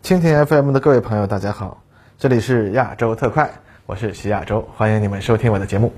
蜻蜓 FM 的各位朋友大家好，这里是亚洲特快，我是徐亚洲，欢迎你们收听我的节目。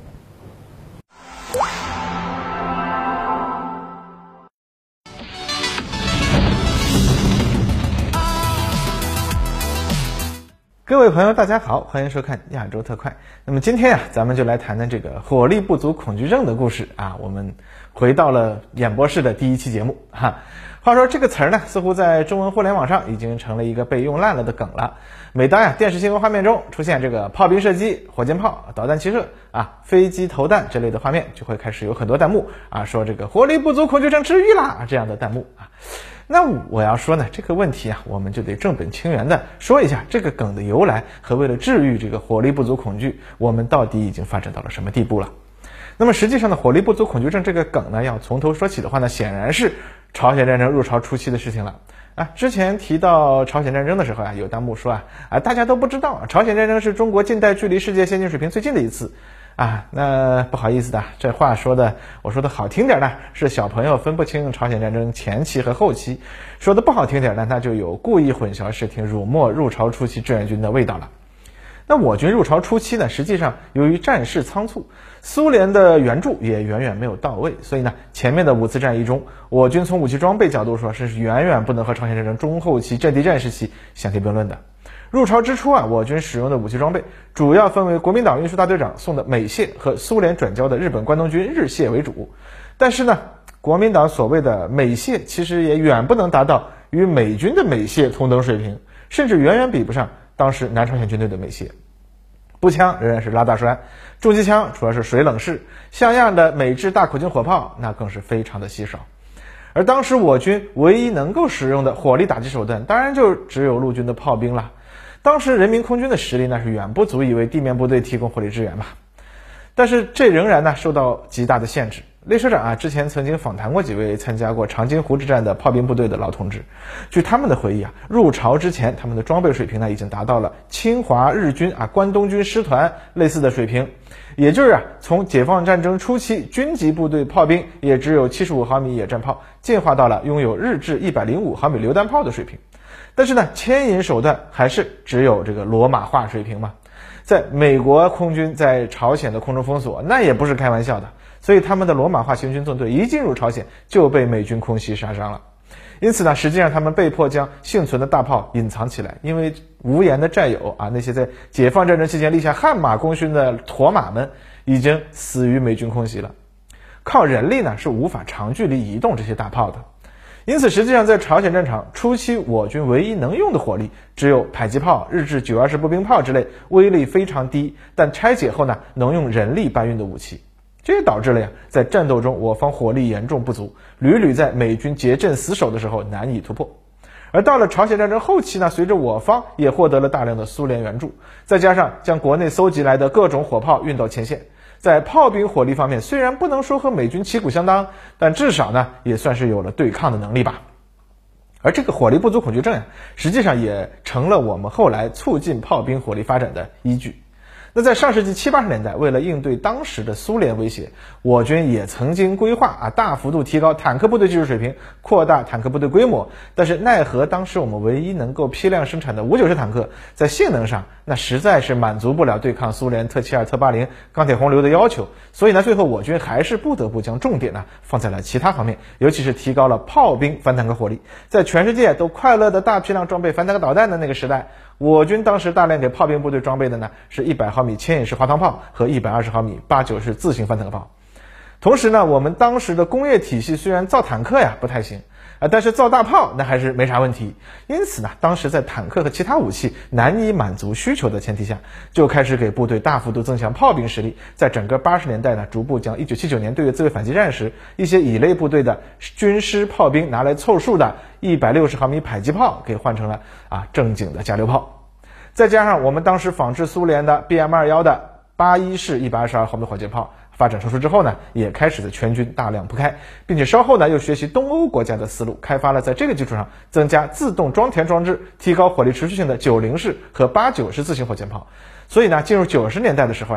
各位朋友大家好，欢迎收看亚洲特快。那么今天咱们就来谈谈这个火力不足恐惧症的故事啊。我们回到了演播室的第一期节目哈。话说这个词儿呢，似乎在中文互联网上已经成了一个被用烂了的梗了。每当电视新闻画面中出现这个炮兵射击、火箭炮、导弹齐射飞机投弹这类的画面，就会开始有很多弹幕说这个火力不足恐惧症治愈啦这样的弹幕那我要说呢，这个问题我们就得正本清源的说一下这个梗的由来和为了治愈这个火力不足恐惧，我们到底已经发展到了什么地步了。那么实际上呢，火力不足恐惧症这个梗呢，要从头说起的话呢，显然是朝鲜战争入朝初期的事情了之前提到朝鲜战争的时候有弹幕说大家都不知道朝鲜战争是中国近代距离世界先进水平最近的一次那不好意思的，这话我说的好听点呢，是小朋友分不清朝鲜战争前期和后期；说的不好听点呢，那就有故意混淆视听、辱没入朝初期志愿军的味道了。那我军入朝初期呢，实际上由于战事仓促，苏联的援助也远远没有到位，所以呢，前面的5次战役中，我军从武器装备角度说是远远不能和朝鲜战争中后期阵地战时期相提并论的。入朝之初我军使用的武器装备主要分为国民党运输大队长送的美械和苏联转交的日本关东军日械为主。但是呢，国民党所谓的美械其实也远不能达到与美军的美械同等水平，甚至远远比不上当时南朝鲜军队的美械。步枪仍然是拉大栓，重机枪主要是水冷式，像样的美制大口径火炮那更是非常的稀少。而当时我军唯一能够使用的火力打击手段，当然就只有陆军的炮兵了。当时人民空军的实力那是远不足以为地面部队提供火力支援但是这仍然受到极大的限制。雷社长之前曾经访谈过几位参加过长津湖之战的炮兵部队的老同志，据他们的回忆入朝之前他们的装备水平已经达到了侵华日军关东军师团类似的水平，也就是从解放战争初期军级部队炮兵也只有75毫米野战炮进化到了拥有日制105毫米榴弹炮的水平。但是呢，牵引手段还是只有这个罗马化水平在美国空军在朝鲜的空中封锁那也不是开玩笑的，所以他们的罗马化行军纵队一进入朝鲜就被美军空袭杀伤了。因此呢，实际上他们被迫将幸存的大炮隐藏起来，因为无言的战友那些在解放战争期间立下汗马功勋的驼马们已经死于美军空袭了。靠人力呢是无法长距离移动这些大炮的。因此实际上在朝鲜战场初期，我军唯一能用的火力只有迫击炮、日制920步兵炮之类威力非常低但拆解后呢能用人力搬运的武器。这也导致了在战斗中我方火力严重不足，屡屡在美军结阵死守的时候难以突破。而到了朝鲜战争后期呢，随着我方也获得了大量的苏联援助，再加上将国内搜集来的各种火炮运到前线，在炮兵火力方面虽然不能说和美军旗鼓相当，但至少呢也算是有了对抗的能力吧。而这个火力不足恐惧症实际上也成了我们后来促进炮兵火力发展的依据。那在上世纪70、80年代，为了应对当时的苏联威胁，我军也曾经规划大幅度提高坦克部队技术水平，扩大坦克部队规模，但是奈何当时我们唯一能够批量生产的590坦克在性能上那实在是满足不了对抗苏联特72、特80、钢铁洪流的要求，所以呢最后我军还是不得不将重点放在了其他方面，尤其是提高了炮兵反坦克火力。在全世界都快乐的大批量装备反坦克导弹的那个时代，我军当时大量给炮兵部队装备的呢是100毫米牵引式滑膛炮和120毫米89式自行反坦克炮。同时呢，我们当时的工业体系虽然造坦克不太行但是造大炮那还是没啥问题。因此呢，当时在坦克和其他武器难以满足需求的前提下，就开始给部队大幅度增强炮兵实力。在整个80年代呢，逐步将1979年对越自卫反击战时一些乙类部队的军师炮兵拿来凑数的160毫米迫击炮给换成了正经的加榴炮。再加上我们当时仿制苏联的 BM21的81式122毫米火箭炮发展成熟之后呢，也开始在全军大量铺开，并且稍后呢又学习东欧国家的思路，开发了在这个基础上增加自动装填装置，提高火力持续性的90式和89式自行火箭炮。所以呢，进入90年代的时候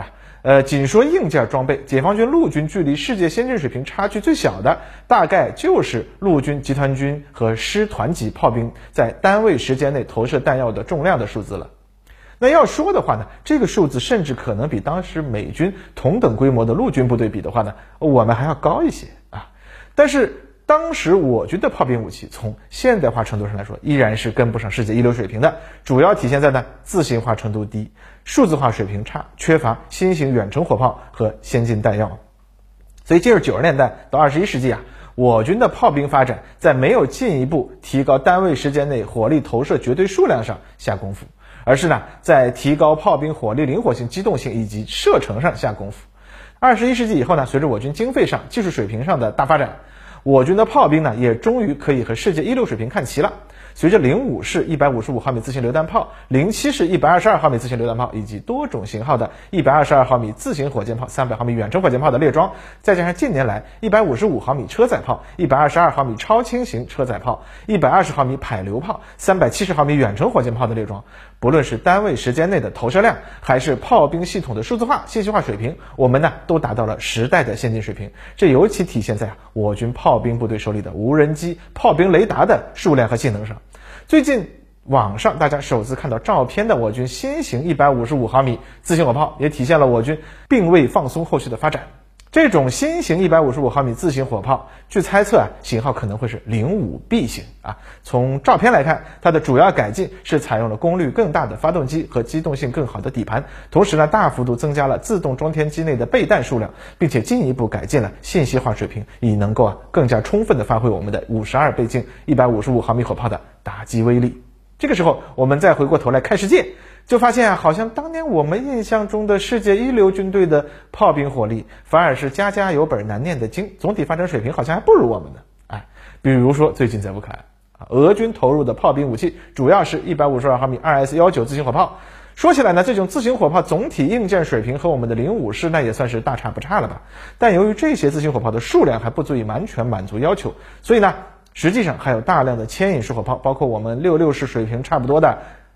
仅说硬件装备，解放军陆军距离世界先进水平差距最小的，大概就是陆军集团军和师团级炮兵在单位时间内投射弹药的重量的数字了。那要说的话呢，这个数字甚至可能比当时美军同等规模的陆军部队比的话呢，我们还要高一些啊。但是当时我军的炮兵武器从现代化程度上来说，依然是跟不上世界一流水平的，主要体现在呢自行化程度低，数字化水平差，缺乏新型远程火炮和先进弹药。所以进入90年代到21世纪啊，我军的炮兵发展在没有进一步提高单位时间内火力投射绝对数量上下功夫，而是呢在提高炮兵火力灵活性、机动性以及射程上下功夫。21世纪以后呢，随着我军经费上、技术水平上的大发展，我军的炮兵呢也终于可以和世界一流水平看齐了。随着05式155毫米自行榴弹炮、07式122毫米自行榴弹炮以及多种型号的122毫米自行火箭炮、300毫米远程火箭炮的列装，再加上近年来155毫米车载炮、122毫米超轻型车载炮、120毫米迫流炮、370毫米远程火箭炮的列装，不论是单位时间内的投射量，还是炮兵系统的数字化、信息化水平，我们呢都达到了时代的先进水平。这尤其体现在我军炮兵部队手里的无人机、炮兵雷达的数量和性能上。最近网上大家首次看到照片的我军新型155毫米自行火炮，也体现了我军并未放松后续的发展。这种新型155毫米自行火炮，据猜测型号可能会是05B 型啊。从照片来看，它的主要改进是采用了功率更大的发动机和机动性更好的底盘，同时呢，大幅度增加了自动装填机内的备弹数量，并且进一步改进了信息化水平，以能够更加充分的发挥我们的52倍镜155毫米火炮的打击威力。这个时候，我们再回过头来看世界，就发现好像当年我们印象中的世界一流军队的炮兵火力，反而是家家有本难念的经，总体发展水平好像还不如我们呢。比如说最近在乌克兰，俄军投入的炮兵武器主要是152毫米 2S19 自行火炮。说起来呢，这种自行火炮总体硬件水平和我们的05式那也算是大差不差了吧。但由于这些自行火炮的数量还不足以完全满足要求，所以呢，实际上还有大量的牵引式火炮，包括我们66式水平差不多的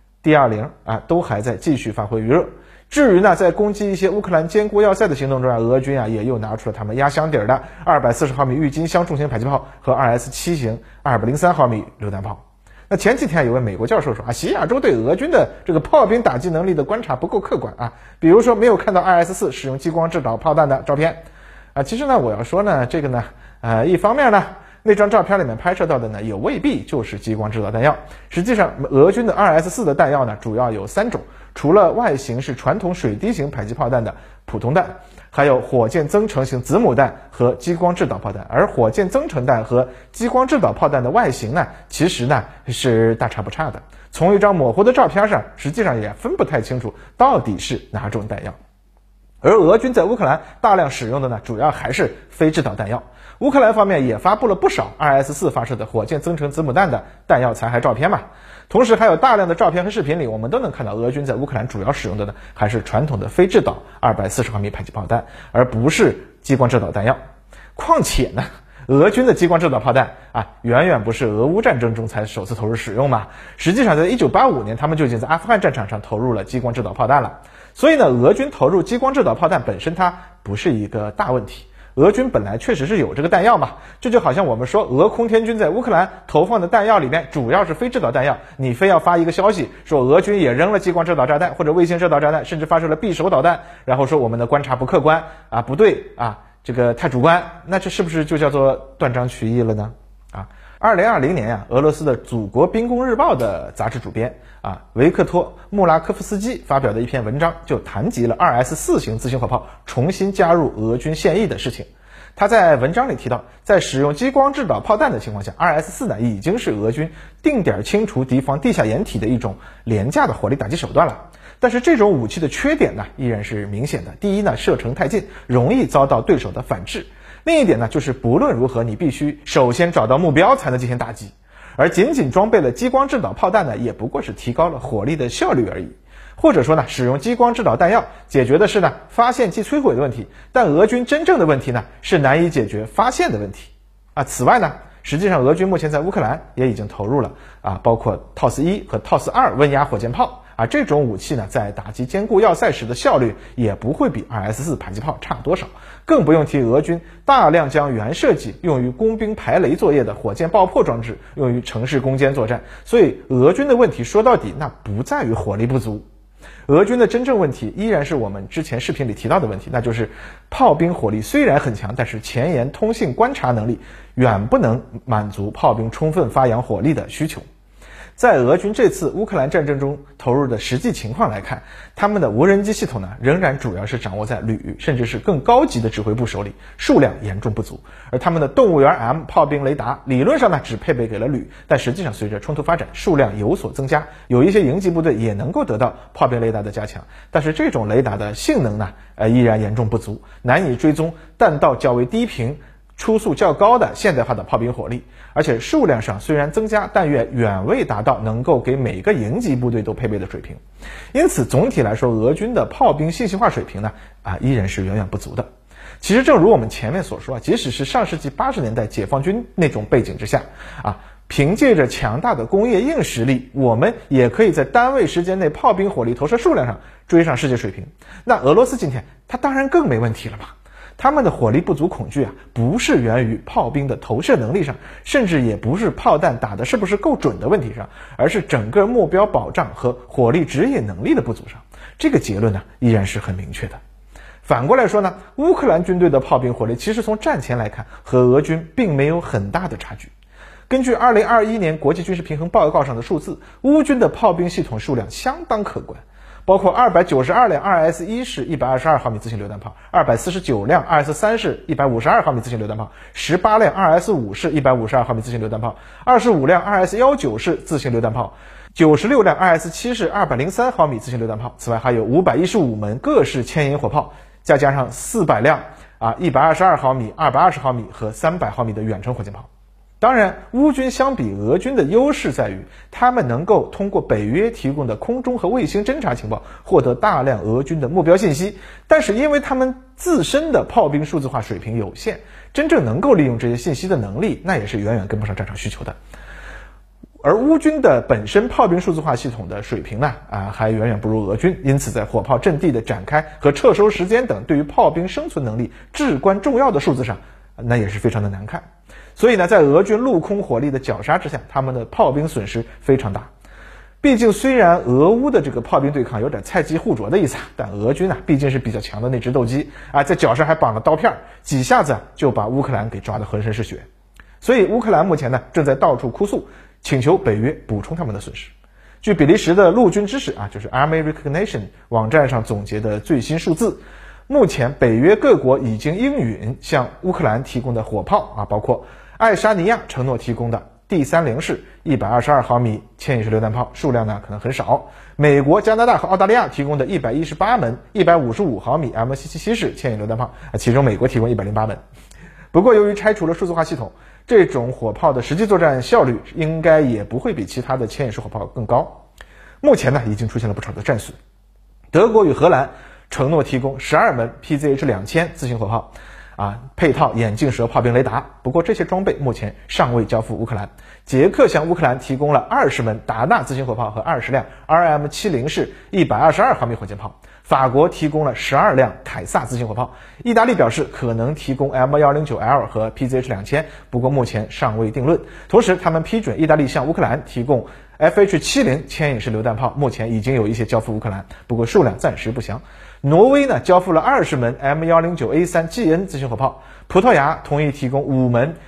D20都还在继续发挥余热。至于呢，在攻击一些乌克兰坚固要塞的行动中俄军也又拿出了他们压箱底的240毫米郁金香重型迫击炮和 2S7 型203毫米榴弹炮。那前几天有位美国教授说西亚洲对俄军的这个炮兵打击能力的观察不够客观比如说没有看到 2S4 使用激光制导炮弹的照片其实呢，我要说呢，这个呢一方面呢，那张照片里面拍摄到的呢，也未必就是激光制导弹药。实际上，俄军的 2S4 的弹药呢，主要有3种，除了外形是传统水滴型迫击炮弹的普通弹，还有火箭增程型子母弹和激光制导炮弹。而火箭增程弹和激光制导炮弹的外形呢，其实呢是大差不差的。从一张模糊的照片上，实际上也分不太清楚到底是哪种弹药。而俄军在乌克兰大量使用的呢，主要还是非制导弹药。乌克兰方面也发布了不少 2S4 发射的火箭增程子母弹的弹药残骸照片同时还有大量的照片和视频里，我们都能看到俄军在乌克兰主要使用的呢，还是传统的非制导240毫米迫击炮弹，而不是激光制导弹药。况且呢，俄军的激光制导炮弹远远不是俄乌战争中才首次投入使用嘛。实际上在1985年，他们就已经在阿富汗战场上投入了激光制导炮弹了。所以呢，俄军投入激光制导炮弹本身它不是一个大问题。俄军本来确实是有这个弹药这就好像我们说俄空天军在乌克兰投放的弹药里面主要是非制导弹药，你非要发一个消息说俄军也扔了激光制导炸弹或者卫星制导炸弹，甚至发射了匕首导弹，然后说我们的观察不客观不对这个太主观，那这是不是就叫做断章取义了呢？2020年俄罗斯的《祖国兵工日报》的杂志主编维克托·穆拉科夫斯基发表的一篇文章，就谈及了 2S4 型自行火炮重新加入俄军现役的事情。他在文章里提到，在使用激光制导炮弹的情况下， 2S4 呢已经是俄军定点清除敌方地下掩体的一种廉价的火力打击手段了。但是这种武器的缺点呢依然是明显的。第一呢，射程太近，容易遭到对手的反制。另一点呢，就是不论如何，你必须首先找到目标才能进行打击。而仅仅装备了激光制导炮弹呢，也不过是提高了火力的效率而已。或者说呢，使用激光制导弹药解决的是呢发现即摧毁的问题，但俄军真正的问题呢是难以解决发现的问题此外呢，实际上俄军目前在乌克兰也已经投入了包括 TOS-1和 TOS-2 温压火箭炮， 啊，这种武器呢，在打击坚固要塞时的效率也不会比 2S4 迫击炮差多少，更不用提俄军大量将原设计用于工兵排雷作业的火箭爆破装置用于城市攻坚作战。所以俄军的问题说到底那不在于火力不足，俄军的真正问题依然是我们之前视频里提到的问题，那就是炮兵火力虽然很强，但是前沿通信观察能力远不能满足炮兵充分发扬火力的需求。在俄军这次乌克兰战争中投入的实际情况来看，他们的无人机系统呢，仍然主要是掌握在旅甚至是更高级的指挥部手里，数量严重不足。而他们的动物园 M 炮兵雷达理论上呢只配备给了旅，但实际上随着冲突发展，数量有所增加，有一些营级部队也能够得到炮兵雷达的加强，但是这种雷达的性能呢依然严重不足，难以追踪弹道较为低频初速较高的现代化的炮兵火力，而且数量上虽然增加，但远未达到能够给每个营级部队都配备的水平。因此总体来说，俄军的炮兵信息化水平呢依然是远远不足的。其实正如我们前面所说，即使是上世纪80年代解放军那种背景之下凭借着强大的工业硬实力，我们也可以在单位时间内炮兵火力投射数量上追上世界水平。那俄罗斯今天它当然更没问题了嘛。他们的火力不足恐惧不是源于炮兵的投射能力上，甚至也不是炮弹打的是不是够准的问题上，而是整个目标保障和火力指引能力的不足上。这个结论呢依然是很明确的。反过来说呢，乌克兰军队的炮兵火力其实从战前来看和俄军并没有很大的差距。根据2021年国际军事平衡报告上的数字，乌军的炮兵系统数量相当可观，包括292辆 2S1 式122毫米自行榴弹炮，249辆 2S3 式152毫米自行榴弹炮，18辆 2S5 式152毫米自行榴弹炮，25辆 2S19 式自行榴弹炮，96辆 2S7 式203毫米自行榴弹炮，此外还有515门各式牵引火炮，再加上400辆122毫米、220毫米和300毫米的远程火箭炮。当然，乌军相比俄军的优势在于，他们能够通过北约提供的空中和卫星侦察情报，获得大量俄军的目标信息。但是因为他们自身的炮兵数字化水平有限，真正能够利用这些信息的能力，那也是远远跟不上战场需求的。而乌军的本身炮兵数字化系统的水平呢，还远远不如俄军，因此在火炮阵地的展开和撤收时间等对于炮兵生存能力至关重要的数字上，那也是非常的难看。所以呢，在俄军陆空火力的绞杀之下，他们的炮兵损失非常大。毕竟虽然俄乌的这个炮兵对抗有点菜鸡互啄的意思，但俄军毕竟是比较强的那只斗鸡在脚上还绑了刀片，几下子就把乌克兰给抓得浑身是血。所以乌克兰目前呢正在到处哭诉，请求北约补充他们的损失。据比利时的陆军知识就是 Army Recognition 网站上总结的最新数字，目前北约各国已经应允向乌克兰提供的火炮包括爱沙尼亚承诺提供的第30式122毫米牵引式榴弹炮，数量呢可能很少。美国、加拿大和澳大利亚提供的118门155毫米 M777 式牵引榴弹炮，其中美国提供108门。不过由于拆除了数字化系统，这种火炮的实际作战效率应该也不会比其他的牵引式火炮更高。目前呢已经出现了不少的战损。德国与荷兰承诺提供12门 PZH-2000 自行火炮配套眼镜蛇炮兵雷达，不过这些装备目前尚未交付乌克兰。捷克向乌克兰提供了20门达纳自行火炮和20辆 RM70 式122毫米火箭炮。法国提供了12辆凯撒自行火炮。意大利表示可能提供 M109L 和 PZH-2000，不过目前尚未定论。同时他们批准意大利向乌克兰提供 FH70 牵引式榴弹炮，目前已经有一些交付乌克兰，不过数量暂时不详。挪威呢交付了20门 M109A3 GN 自行火炮，葡萄牙同意提供5门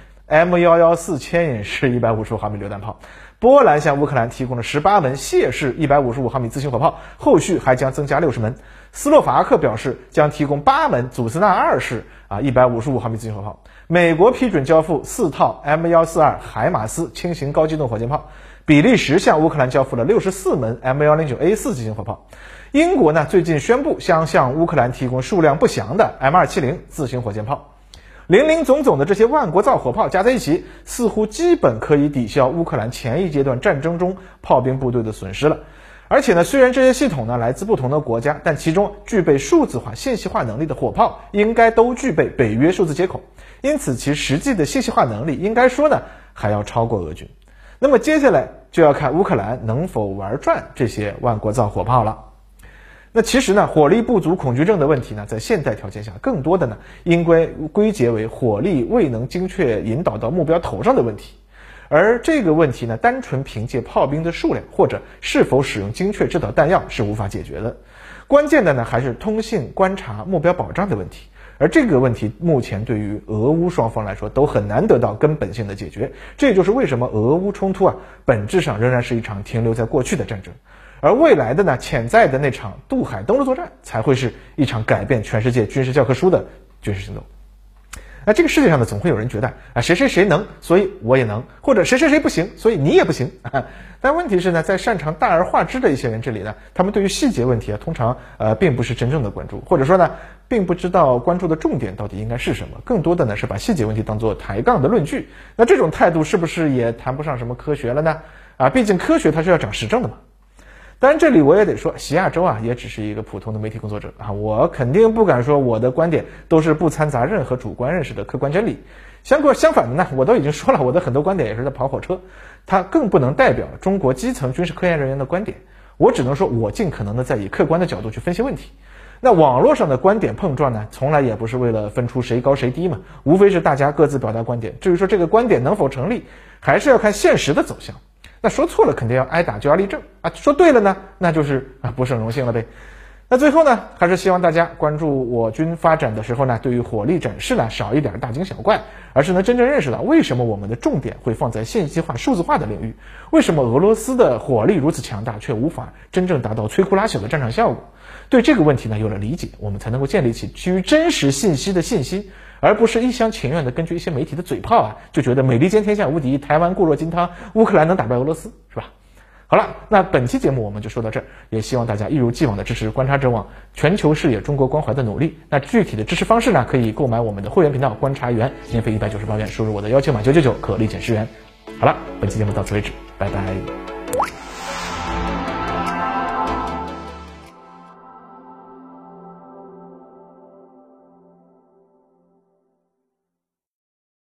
M114 牵引式155毫米榴弹炮，波兰向乌克兰提供了18门谢式155毫米自行火炮，后续还将增加60门。斯洛伐克表示将提供8门祖斯纳2式155毫米自行火炮。美国批准交付4套 M142海马斯轻型高机动火箭炮。比利时向乌克兰交付了64门 M109A4 自行火炮。英国呢最近宣布将向乌克兰提供数量不详的 M270 自行火箭炮。林林总总的这些万国造火炮加在一起，似乎基本可以抵消乌克兰前一阶段战争中炮兵部队的损失了。而且呢，虽然这些系统呢来自不同的国家，但其中具备数字化信息化能力的火炮应该都具备北约数字接口，因此其实际的信息化能力应该说呢还要超过俄军。那么接下来就要看乌克兰能否玩转这些万国造火炮了。那其实呢，火力不足恐惧症的问题呢，在现代条件下，更多的呢，应该归结为火力未能精确引导到目标头上的问题。而这个问题呢，单纯凭借炮兵的数量或者是否使用精确制导弹药是无法解决的。关键的呢，还是通信、观察、目标保障的问题。而这个问题目前对于俄乌双方来说都很难得到根本性的解决。这也就是为什么俄乌冲突本质上仍然是一场停留在过去的战争。而未来的呢，潜在的那场渡海登陆作战才会是一场改变全世界军事教科书的军事行动。那这个世界上呢，总会有人觉得谁谁谁能，所以我也能，或者谁谁谁不行，所以你也不行。但问题是呢，在擅长大而化之的一些人这里呢，他们对于细节问题通常并不是真正的关注，或者说呢，并不知道关注的重点到底应该是什么，更多的呢是把细节问题当作抬杠的论据。那这种态度是不是也谈不上什么科学了呢？毕竟科学它是要讲实证的嘛。当然这里我也得说，习亚洲也只是一个普通的媒体工作者我肯定不敢说我的观点都是不掺杂任何主观认识的客观真理。相反的呢，我都已经说了，我的很多观点也是在跑火车，它更不能代表中国基层军事科研人员的观点。我只能说我尽可能的在以客观的角度去分析问题。那网络上的观点碰撞呢，从来也不是为了分出谁高谁低嘛，无非是大家各自表达观点。至于说这个观点能否成立，还是要看现实的走向。那说错了肯定要挨打就要立正说对了呢，那就是不胜荣幸了呗。那最后呢，还是希望大家关注我军发展的时候呢，对于火力展示呢少一点大惊小怪，而是能真正认识到为什么我们的重点会放在信息化、数字化的领域，为什么俄罗斯的火力如此强大，却无法真正达到摧枯拉朽的战场效果。对这个问题呢有了理解，我们才能够建立起基于真实信息的信心，而不是一厢情愿的根据一些媒体的嘴炮就觉得美利坚天下无敌，台湾固若金汤，乌克兰能打败俄罗斯，是吧？好了，那本期节目我们就说到这儿，也希望大家一如既往的支持观察者网全球视野中国关怀的努力。那具体的支持方式呢，可以购买我们的会员频道观察员，免费198元，输入我的邀请码999可立减10元。好了，本期节目到此为止，拜拜。